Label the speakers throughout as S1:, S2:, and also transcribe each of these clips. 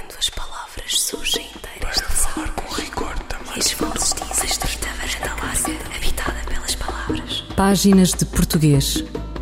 S1: Quando as palavras surgem inteiras de falar com rigor também. E as vozes dizem estrita varanda larga, habitada pelas palavras.
S2: Páginas de Português.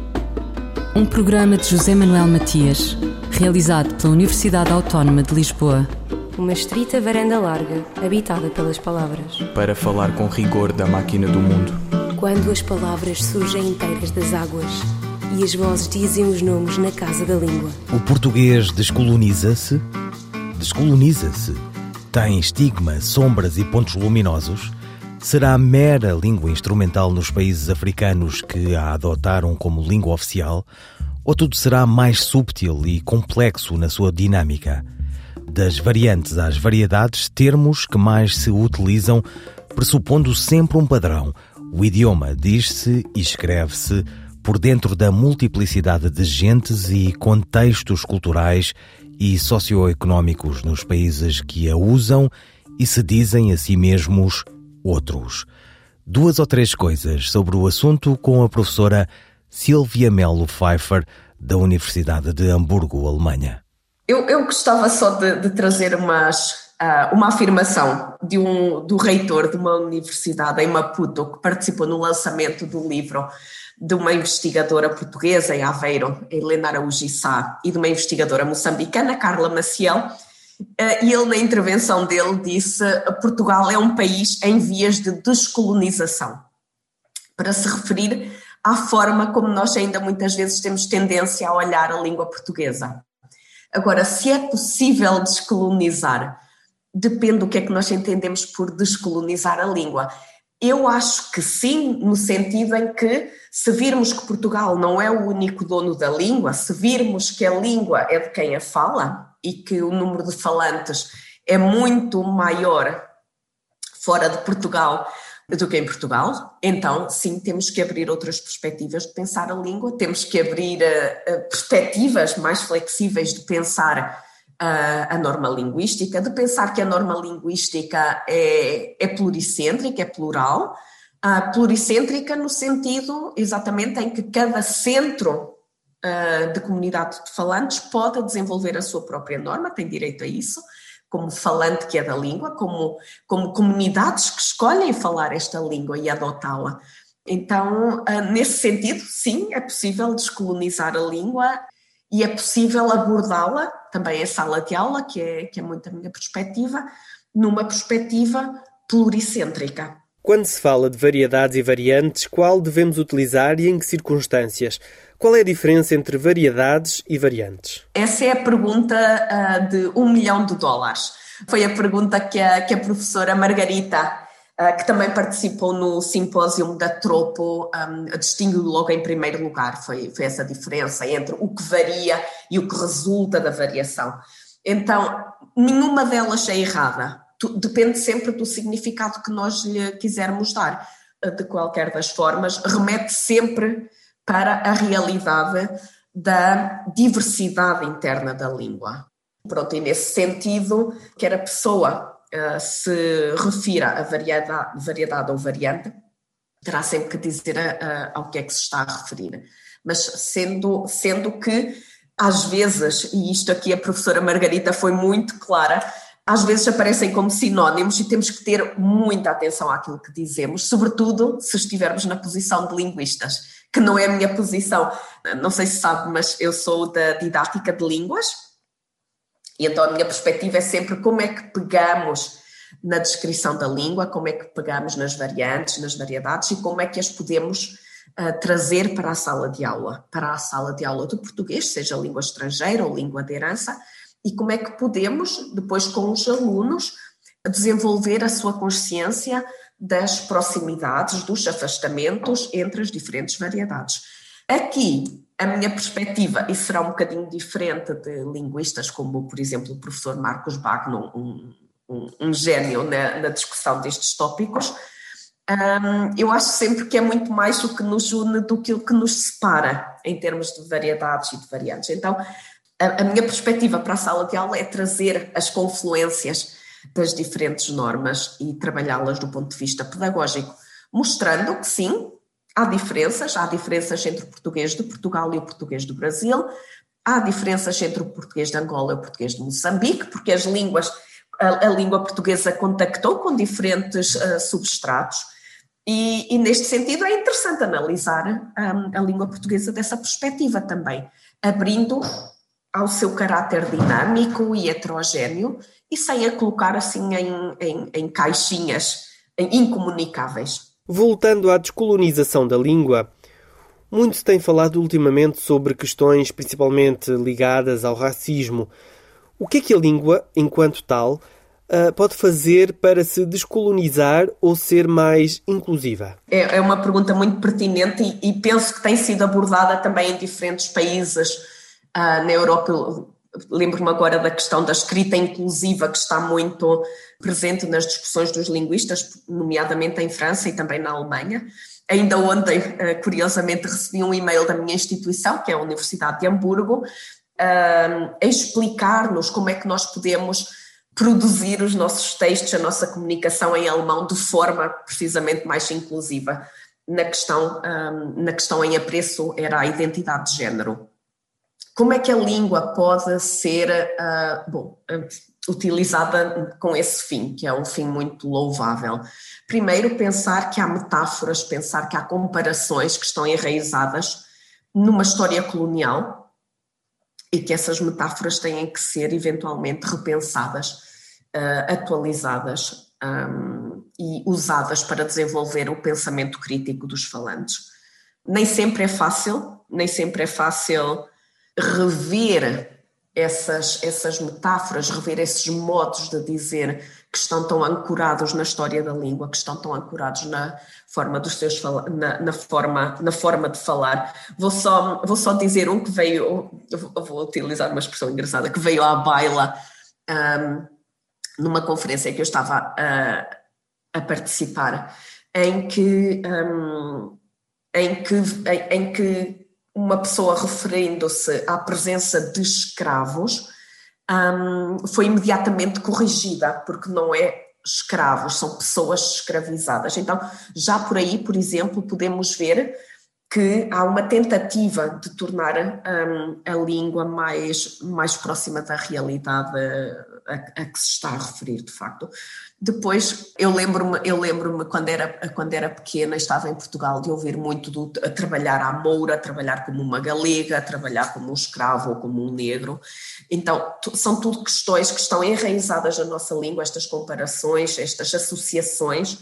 S2: Um programa de José Manuel Matias, realizado pela Universidade Autónoma de Lisboa.
S1: Uma estrita varanda larga, habitada pelas palavras.
S3: Para falar com rigor da máquina do mundo.
S1: Quando as palavras surgem inteiras das águas e as vozes dizem os nomes na casa da língua.
S4: O português descoloniza-se? Descoloniza-se? Tem estigma, sombras e pontos luminosos? Será mera língua instrumental nos países africanos que a adotaram como língua oficial? Ou tudo será mais subtil e complexo na sua dinâmica? Das variantes às variedades, termos que mais se utilizam, pressupondo sempre um padrão. O idioma diz-se e escreve-se por dentro da multiplicidade de gentes e contextos culturais e socioeconómicos nos países que a usam e se dizem a si mesmos outros. 2 ou 3 coisas sobre o assunto com a professora Silvia Melo Pfeiffer, da Universidade de Hamburgo, Alemanha.
S5: Eu gostava só de trazer uma afirmação do reitor de uma universidade em Maputo, que participou no lançamento do livro de uma investigadora portuguesa em Aveiro, Helena Araújo Sá, e de uma investigadora moçambicana, Carla Maciel, e ele, na intervenção dele, disse: Portugal é um país em vias de descolonização, para se referir à forma como nós ainda muitas vezes temos tendência a olhar a língua portuguesa. Agora, se é possível descolonizar, depende do que é que nós entendemos por descolonizar a língua. Eu acho que sim, no sentido em que, se virmos que Portugal não é o único dono da língua, se virmos que a língua é de quem a fala e que o número de falantes é muito maior fora de Portugal do que em Portugal, então sim, temos que abrir outras perspectivas de pensar a língua, temos que abrir perspectivas mais flexíveis de pensar a norma linguística, de pensar que a norma linguística é pluricêntrica, é plural, pluricêntrica no sentido exatamente em que cada centro de comunidade de falantes pode desenvolver a sua própria norma, tem direito a isso, como falante que é da língua, como comunidades que escolhem falar esta língua e adotá-la. Então, nesse sentido, sim, é possível descolonizar a língua e é possível abordá-la, também em sala de aula, que é muito a minha perspectiva, numa perspectiva pluricêntrica.
S6: Quando se fala de variedades e variantes, qual devemos utilizar e em que circunstâncias? Qual é a diferença entre variedades e variantes?
S5: Essa é a pergunta de $1 milhão. Foi a pergunta que a professora Margarita, que também participou no simpósio da Tropo, distinguiu logo em primeiro lugar. Foi essa diferença entre o que varia e o que resulta da variação. Então, nenhuma delas é errada. Depende sempre do significado que nós lhe quisermos dar. De qualquer das formas, remete sempre para a realidade da diversidade interna da língua. Pronto, e nesse sentido, quer a pessoa se refira a variedade ou variante, terá sempre que dizer ao que é que se está a referir. Mas sendo que, às vezes, e isto aqui a professora Margarita foi muito clara, às vezes aparecem como sinónimos e temos que ter muita atenção àquilo que dizemos, sobretudo se estivermos na posição de linguistas, que não é a minha posição. Não sei se sabe, mas eu sou da didática de línguas, e então a minha perspectiva é sempre como é que pegamos na descrição da língua, como é que pegamos nas variantes, nas variedades e como é que as podemos trazer para a sala de aula do português, seja língua estrangeira ou língua de herança, e como é que podemos, depois com os alunos, desenvolver a sua consciência das proximidades, dos afastamentos entre as diferentes variedades. Aqui, a minha perspectiva, e será um bocadinho diferente de linguistas como, por exemplo, o professor Marcos Bagno, um gênio na discussão destes tópicos, eu acho sempre que é muito mais o que nos une do que o que nos separa em termos de variedades e de variantes. Então, a minha perspectiva para a sala de aula é trazer as confluências das diferentes normas e trabalhá-las do ponto de vista pedagógico, mostrando que sim, há diferenças entre o português de Portugal e o português do Brasil, Há diferenças entre o português de Angola e o português de Moçambique, porque a língua portuguesa contactou com diferentes substratos e neste sentido é interessante analisar a língua portuguesa dessa perspectiva também, abrindo ao seu caráter dinâmico e heterogéneo e sem a colocar assim em caixinhas incomunicáveis.
S6: Voltando à descolonização da língua, muito se tem falado ultimamente sobre questões principalmente ligadas ao racismo. O que é que a língua, enquanto tal, pode fazer para se descolonizar ou ser mais inclusiva?
S5: É uma pergunta muito pertinente e penso que tem sido abordada também em diferentes países na Europa. Lembro-me agora da questão da escrita inclusiva, que está muito presente nas discussões dos linguistas, nomeadamente em França e também na Alemanha. Ainda ontem, curiosamente, recebi um e-mail da minha instituição, que é a Universidade de Hamburgo, a explicar-nos como é que nós podemos produzir os nossos textos, a nossa comunicação em alemão de forma precisamente mais inclusiva. Na questão em apreço era a identidade de género. Como é que a língua pode ser utilizada com esse fim, que é um fim muito louvável? Primeiro, pensar que há metáforas, pensar que há comparações que estão enraizadas numa história colonial e que essas metáforas têm que ser eventualmente repensadas, atualizadas e usadas para desenvolver o pensamento crítico dos falantes. Nem sempre é fácil rever essas metáforas, rever esses modos de dizer que estão tão ancorados na história da língua, que estão tão ancorados na forma dos seus na forma de falar. Vou só dizer um que veio, vou utilizar uma expressão engraçada, que veio à baila numa conferência que eu estava a participar, em que uma pessoa referindo-se à presença de escravos foi imediatamente corrigida, porque não é escravos, são pessoas escravizadas. Então, já por aí, por exemplo, podemos ver que há uma tentativa de tornar a língua mais próxima da realidade a que se está a referir, de facto. Depois, eu lembro-me quando era pequena, estava em Portugal, de ouvir muito a trabalhar à moura, a trabalhar como uma galega, a trabalhar como um escravo ou como um negro. Então, são tudo questões que estão enraizadas na nossa língua, estas comparações, estas associações,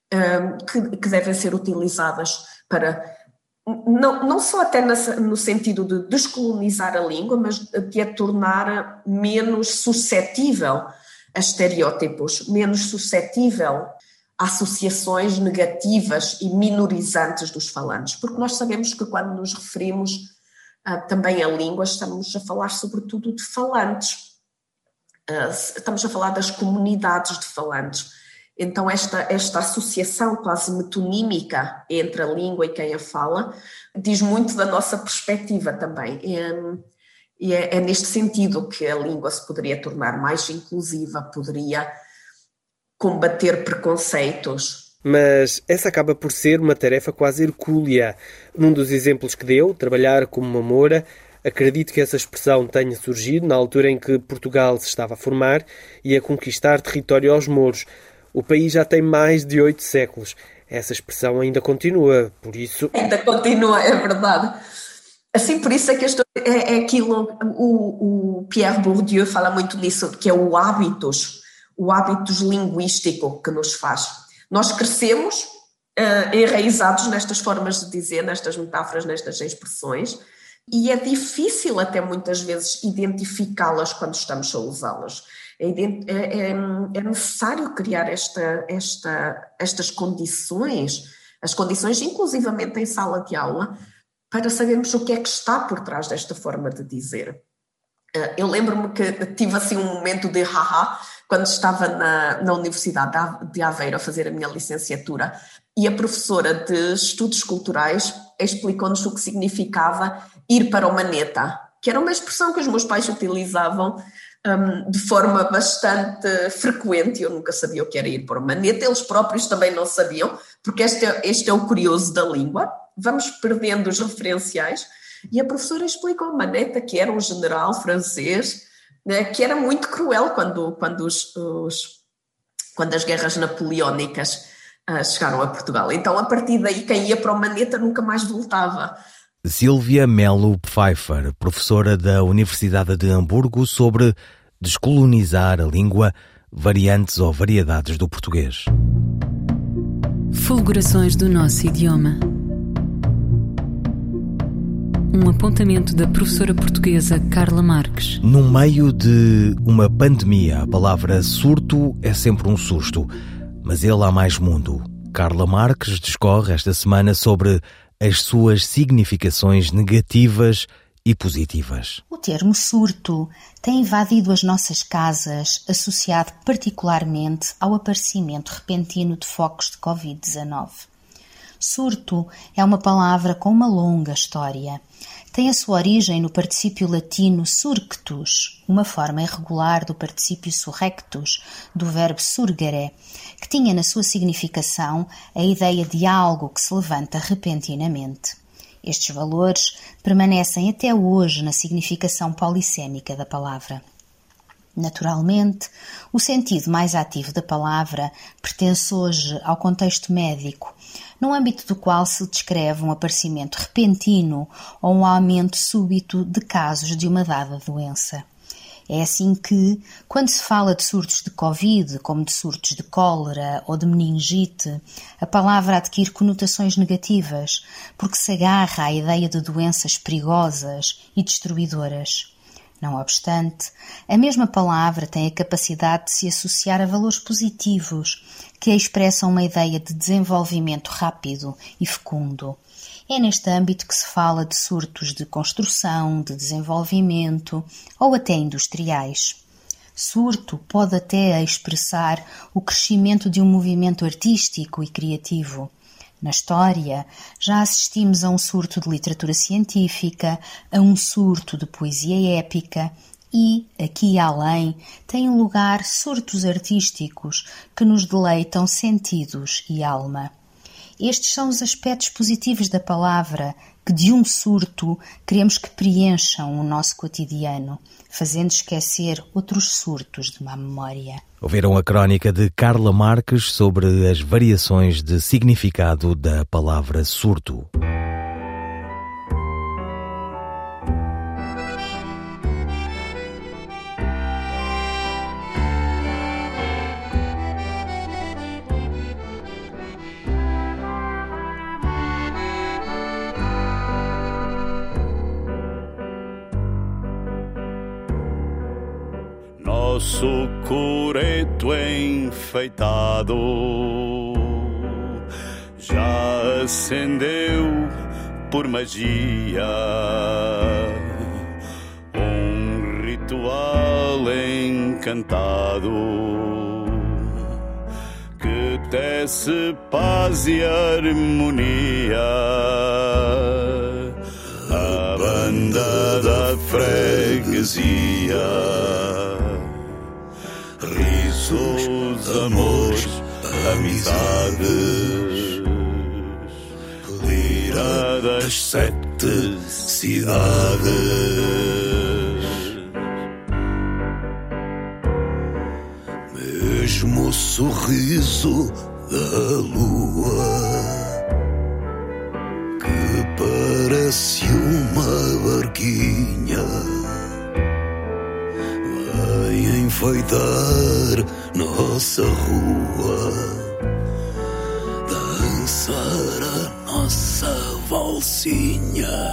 S5: que devem ser utilizadas para... Não só até no sentido de descolonizar a língua, mas de a tornar menos suscetível a estereótipos, menos suscetível a associações negativas e minorizantes dos falantes. Porque nós sabemos que quando nos referimos também a língua, estamos a falar sobretudo de falantes. Estamos a falar das comunidades de falantes. Então esta associação quase metonímica entre a língua e quem a fala diz muito da nossa perspectiva também. E é neste sentido que a língua se poderia tornar mais inclusiva, poderia combater preconceitos.
S6: Mas essa acaba por ser uma tarefa quase hercúlea. Num dos exemplos que deu, trabalhar como uma moura, acredito que essa expressão tenha surgido na altura em que Portugal se estava a formar e a conquistar território aos mouros. O país já tem mais de 8 séculos. Essa expressão ainda continua, por isso...
S5: Ainda continua, é verdade. Assim, por isso é que é aquilo, o Pierre Bourdieu fala muito nisso, que é o hábitos linguístico que nos faz. Nós crescemos enraizados nestas formas de dizer, nestas metáforas, nestas expressões, e é difícil até muitas vezes identificá-las quando estamos a usá-las. É necessário criar estas condições, as condições inclusivamente em sala de aula, para sabermos o que é que está por trás desta forma de dizer. Eu lembro-me que tive assim um momento de haha quando estava na Universidade de Aveiro a fazer a minha licenciatura e a professora de Estudos Culturais explicou-nos o que significava ir para o maneta, que era uma expressão que os meus pais utilizavam de forma bastante frequente. Eu nunca sabia o que era ir para o maneta, eles próprios também não sabiam, porque este é o curioso da língua. Vamos perdendo os referenciais, E a professora explicou a neta que era um general francês, né, que era muito cruel quando as guerras napoleónicas chegaram a Portugal. Então, a partir daí, quem ia para o Maneta nunca mais voltava.
S4: Sílvia Melo Pfeiffer, professora da Universidade de Hamburgo, sobre descolonizar a língua, variantes ou variedades do português.
S2: Fulgurações do nosso idioma. Um apontamento da professora portuguesa Carla Marques.
S4: No meio de uma pandemia, a palavra surto é sempre um susto, mas ele há mais mundo. Carla Marques discorre esta semana sobre as suas significações negativas e positivas.
S7: O termo surto tem invadido as nossas casas, associado particularmente ao aparecimento repentino de focos de Covid-19. Surto é uma palavra com uma longa história. Tem a sua origem no particípio latino surctus, uma forma irregular do particípio surrectus, do verbo surgere, que tinha na sua significação a ideia de algo que se levanta repentinamente. Estes valores permanecem até hoje na significação polissémica da palavra. Naturalmente, o sentido mais ativo da palavra pertence hoje ao contexto médico, no âmbito do qual se descreve um aparecimento repentino ou um aumento súbito de casos de uma dada doença. É assim que, quando se fala de surtos de Covid, como de surtos de cólera ou de meningite, a palavra adquire conotações negativas, porque se agarra à ideia de doenças perigosas e destruidoras. Não obstante, a mesma palavra tem a capacidade de se associar a valores positivos, que expressam uma ideia de desenvolvimento rápido e fecundo. É neste âmbito que se fala de surtos de construção, de desenvolvimento ou até industriais. Surto pode até expressar o crescimento de um movimento artístico e criativo. Na história, já assistimos a um surto de literatura científica, a um surto de poesia épica e, aqui e além, têm lugar surtos artísticos que nos deleitam sentidos e alma. Estes são os aspectos positivos da palavra que, de um surto, queremos que preencham o nosso cotidiano, fazendo esquecer outros surtos de má memória.
S4: Ouviram a crónica de Carla Marques sobre as variações de significado da palavra surto.
S8: Nosso coreto enfeitado já acendeu por magia um ritual encantado que tece paz e harmonia. A banda da freguesia, risos, amores, amizades, lira das 7 cidades. Mesmo o sorriso da lua, que parece uma barquinha, vai enfeitar nossa rua, dançar a nossa valsinha.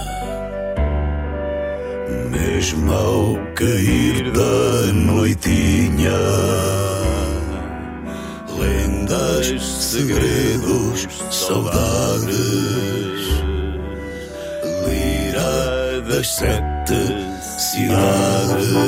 S8: Mesmo ao cair da noitinha, lendas, segredos, saudades, lira das 7 cidades.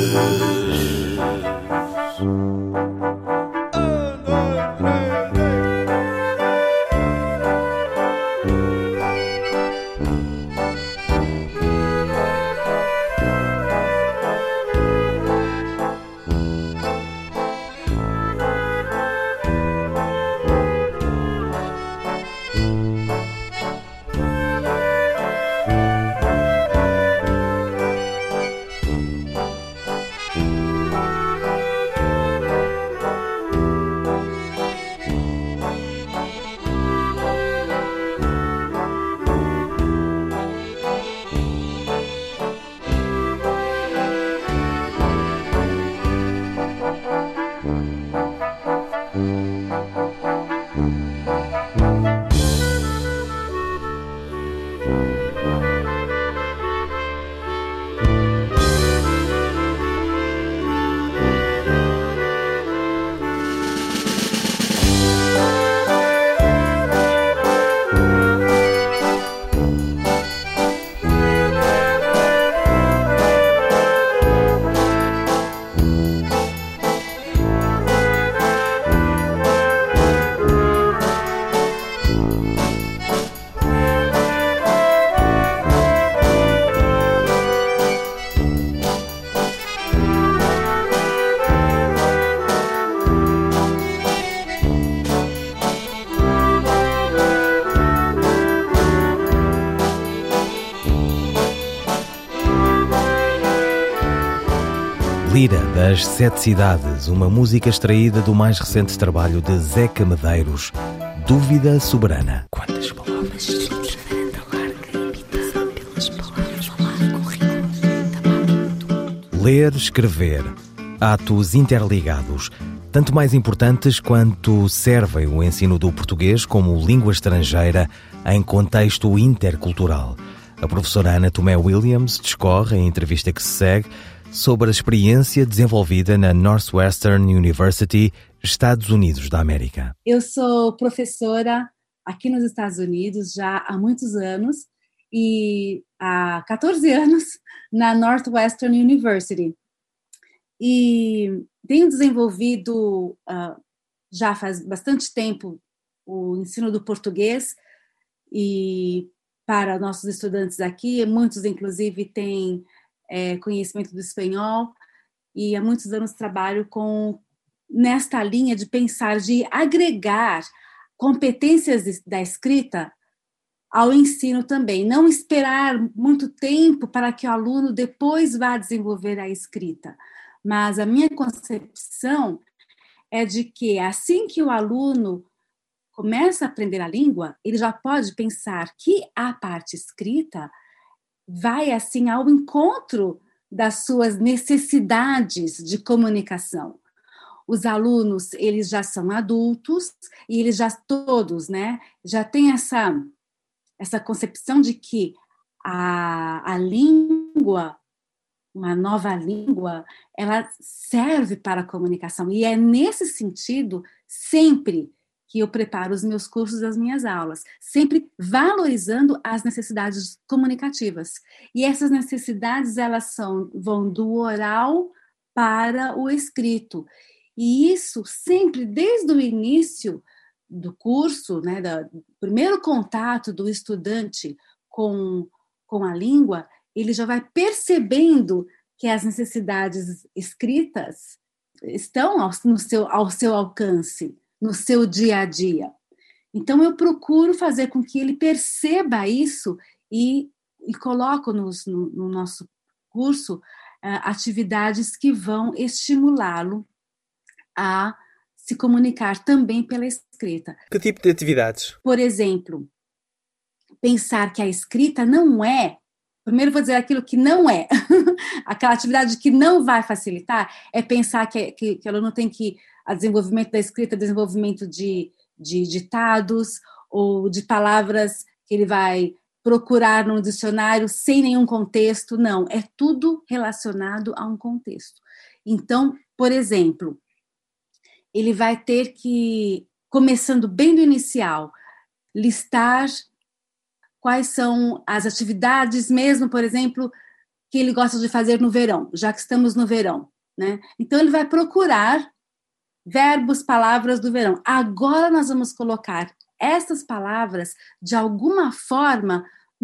S4: Lira das Sete Cidades, uma música extraída do mais recente trabalho de Zeca Medeiros, Dúvida Soberana. Quantas palavras? Ler, escrever, atos interligados, tanto mais importantes quanto servem o ensino do português como língua estrangeira em contexto intercultural. A professora Ana Tomé Williams discorre, em entrevista que se segue, sobre a experiência desenvolvida na Northwestern University, Estados Unidos da América.
S9: Eu sou professora aqui nos Estados Unidos já há muitos anos e há 14 anos na Northwestern University. E tenho desenvolvido já faz bastante tempo o ensino do português e para nossos estudantes aqui, muitos inclusive têm conhecimento do espanhol e há muitos anos trabalho nesta linha de pensar, de agregar competências da escrita ao ensino também, não esperar muito tempo para que o aluno depois vá desenvolver a escrita. Mas a minha concepção é de que assim que o aluno começa a aprender a língua, ele já pode pensar que a parte escrita vai assim ao encontro das suas necessidades de comunicação. Os alunos, eles já são adultos e eles já todos, né, já têm essa concepção de que a língua, uma nova língua, ela serve para a comunicação. E é nesse sentido, sempre que eu preparo os meus cursos, as minhas aulas, sempre valorizando as necessidades comunicativas. E essas necessidades, elas vão do oral para o escrito. E isso sempre, desde o início do curso, né, do primeiro contato do estudante com a língua, ele já vai percebendo que as necessidades escritas estão ao seu alcance, no seu dia a dia. Então, eu procuro fazer com que ele perceba isso e coloco no nosso curso atividades que vão estimulá-lo a se comunicar também pela escrita.
S6: Que tipo de atividades?
S9: Por exemplo, pensar que a escrita não é... Primeiro vou dizer aquilo que não é. Aquela atividade que não vai facilitar é pensar que ela não tem que... A desenvolvimento da escrita, desenvolvimento de ditados ou de palavras que ele vai procurar no dicionário sem nenhum contexto. Não, é tudo relacionado a um contexto. Então, por exemplo, ele vai ter que, começando bem do inicial, listar quais são as atividades mesmo, por exemplo, que ele gosta de fazer no verão, já que estamos no verão, né? Então, ele vai procurar verbos, palavras do verão. Agora nós vamos colocar essas palavras, de alguma forma,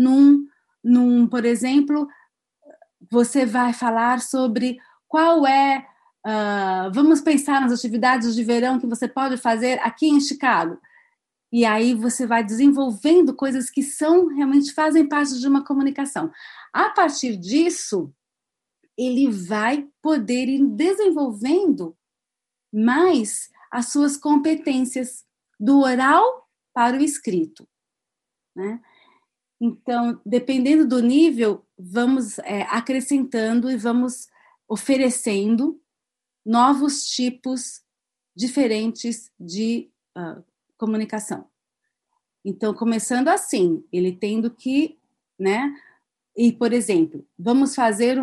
S9: por exemplo, você vai falar sobre qual é... vamos pensar nas atividades de verão que você pode fazer aqui em Chicago. E aí você vai desenvolvendo coisas que realmente fazem parte de uma comunicação. A partir disso, ele vai poder ir desenvolvendo mais as suas competências do oral para o escrito, né? Então, dependendo do nível, vamos acrescentando e vamos oferecendo novos tipos diferentes de comunicação. Então, começando assim, ele tendo que, né? E, por exemplo, vamos fazer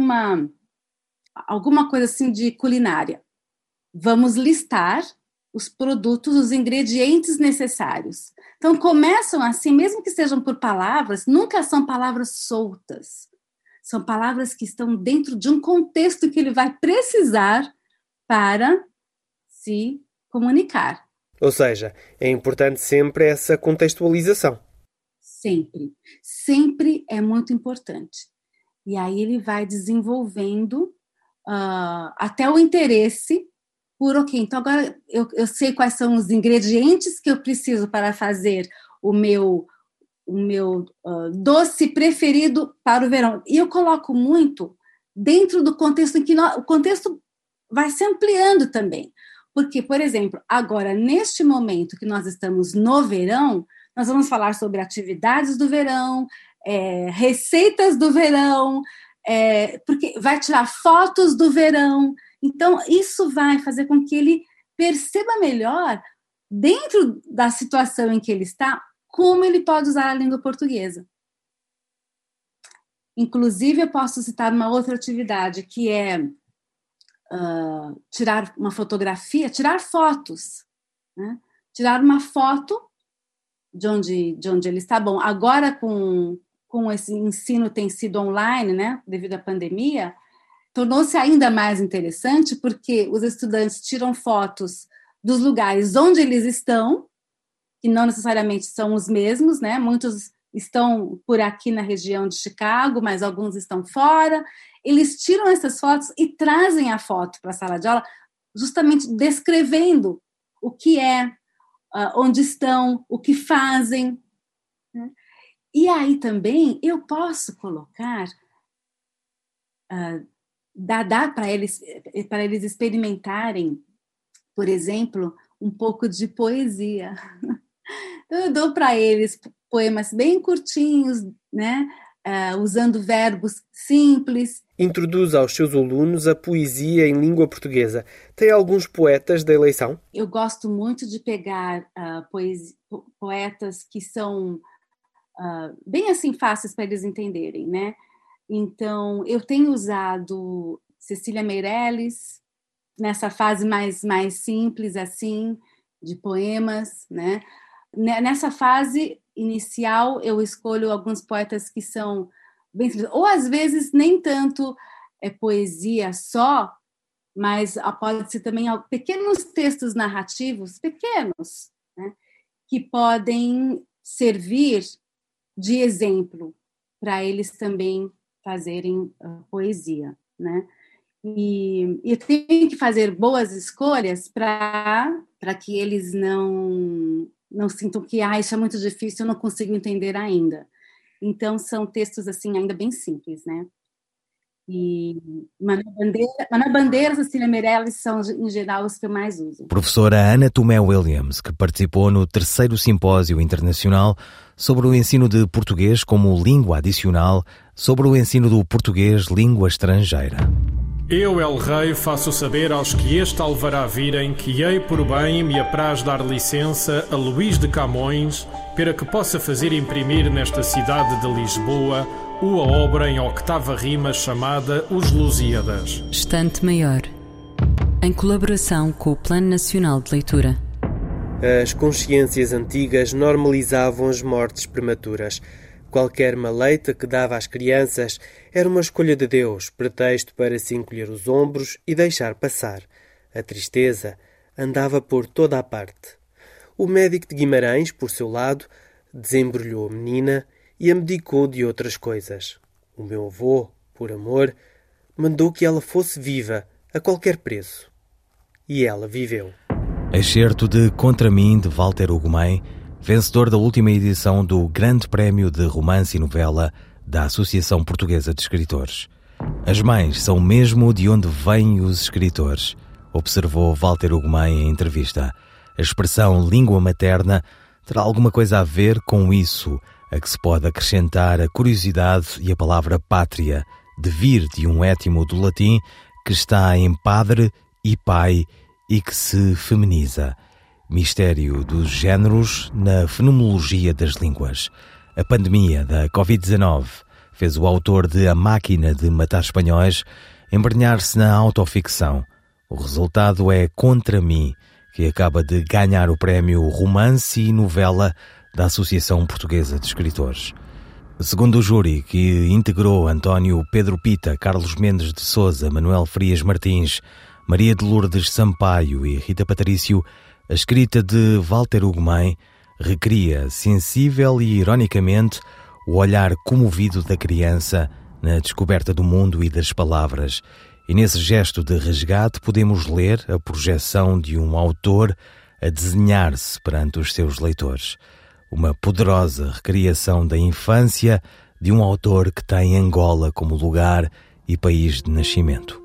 S9: alguma coisa assim de culinária. Vamos listar os produtos, os ingredientes necessários. Então, começam assim, mesmo que sejam por palavras, nunca são palavras soltas. São palavras que estão dentro de um contexto que ele vai precisar para se comunicar.
S6: Ou seja, é importante sempre essa contextualização.
S9: Sempre. Sempre é muito importante. E aí ele vai desenvolvendo até o interesse por, ok, então agora eu sei quais são os ingredientes que eu preciso para fazer o meu doce preferido para o verão. E eu coloco muito dentro do contexto em que o contexto vai se ampliando também. Porque, por exemplo, agora, neste momento que nós estamos no verão, nós vamos falar sobre atividades do verão, receitas do verão, porque vai tirar fotos do verão. Então, isso vai fazer com que ele perceba melhor, dentro da situação em que ele está, como ele pode usar a língua portuguesa. Inclusive, eu posso citar uma outra atividade, que é tirar uma fotografia, tirar fotos, né? Tirar uma foto de onde ele está. Bom, agora com esse ensino tem sido online, né, devido à pandemia, tornou-se ainda mais interessante, porque os estudantes tiram fotos dos lugares onde eles estão, que não necessariamente são os mesmos, né? Muitos estão por aqui na região de Chicago, mas alguns estão fora. Eles tiram essas fotos e trazem a foto para a sala de aula, justamente descrevendo o que é, onde estão, o que fazem, né? E aí também eu posso colocar, dar para eles experimentarem, por exemplo, um pouco de poesia. Eu dou para eles poemas bem curtinhos, né? Usando verbos simples.
S6: Introduz aos seus alunos a poesia em língua portuguesa. Tem alguns poetas da eleição?
S9: Eu gosto muito de pegar poetas que são bem assim fáceis para eles entenderem, né? Então, eu tenho usado Cecília Meirelles nessa fase mais simples, assim, de poemas, né? Nessa fase inicial, eu escolho alguns poetas que são bem simples, ou às vezes nem tanto poesia só, mas pode ser também pequenos textos narrativos, pequenos, né? Que podem servir de exemplo para eles também fazerem poesia, né? E eu tenho que fazer boas escolhas para que eles não sintam que isso é muito difícil, eu não consigo entender ainda. Então, são textos assim ainda bem simples, né? E Manuel Bandeira, Cecília Meirelles são, em geral, os que eu mais uso.
S4: Professora Ana Tomé Williams, que participou no 3º Simpósio Internacional sobre o ensino de português como língua adicional, sobre o ensino do português língua estrangeira.
S10: Eu, El Rei, faço saber aos que este alvará virem que hei por bem me apraz dar licença a Luís de Camões para que possa fazer imprimir nesta cidade de Lisboa a obra em 8ª rima chamada Os Lusíadas.
S2: Estante Maior, em colaboração com o Plano Nacional de Leitura.
S6: As consciências antigas normalizavam as mortes prematuras. Qualquer maleita que dava às crianças era uma escolha de Deus, pretexto para se encolher os ombros e deixar passar. A tristeza andava por toda a parte. O médico de Guimarães, por seu lado, desembrulhou a menina e abdicou de outras coisas. O meu avô, por amor, mandou que ela fosse viva a qualquer preço. E ela viveu.
S4: Excerto de Contra Mim, de Walter Ugumem, vencedor da última edição do Grande Prémio de Romance e Novela da Associação Portuguesa de Escritores. As mães são mesmo de onde vêm os escritores, observou Walter Ugumem em entrevista. A expressão língua materna terá alguma coisa a ver com isso, a que se pode acrescentar a curiosidade e a palavra pátria, de vir de um étimo do latim que está em padre e pai e que se feminiza. Mistério dos géneros na fenomenologia das línguas. A pandemia da Covid-19 fez o autor de A Máquina de Matar Espanhóis embrenhar-se na autoficção. O resultado é Contra Mim, que acaba de ganhar o prémio Romance e Novela da Associação Portuguesa de Escritores. Segundo o júri, que integrou António Pedro Pita, Carlos Mendes de Sousa, Manuel Frias Martins, Maria de Lourdes Sampaio e Rita Patrício, a escrita de Walter Ugumem recria, sensível e ironicamente, o olhar comovido da criança na descoberta do mundo e das palavras. E nesse gesto de resgate podemos ler a projeção de um autor a desenhar-se perante os seus leitores. Uma poderosa recriação da infância de um autor que tem Angola como lugar e país de nascimento.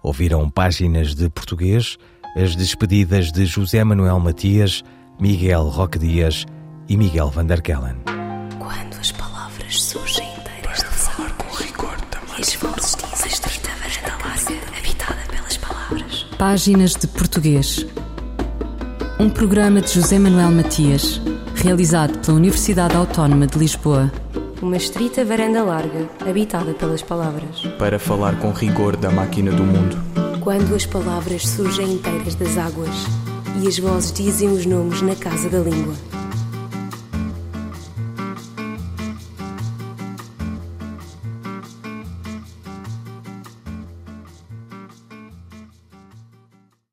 S4: Ouviram páginas de português, as despedidas de José Manuel Matias, Miguel Roque Dias e Miguel van der Kellen.
S1: Quando as palavras surgem inteiras de falar com rigor também. E as vozes dizem estreita varanda larga, habitada pelas palavras.
S2: Páginas de português. Um programa de José Manuel Matias, realizado pela Universidade Autónoma de Lisboa.
S11: Uma estreita varanda larga, habitada pelas palavras.
S3: Para falar com rigor da máquina do mundo.
S11: Quando as palavras surgem inteiras das águas e as vozes dizem os nomes na casa da língua.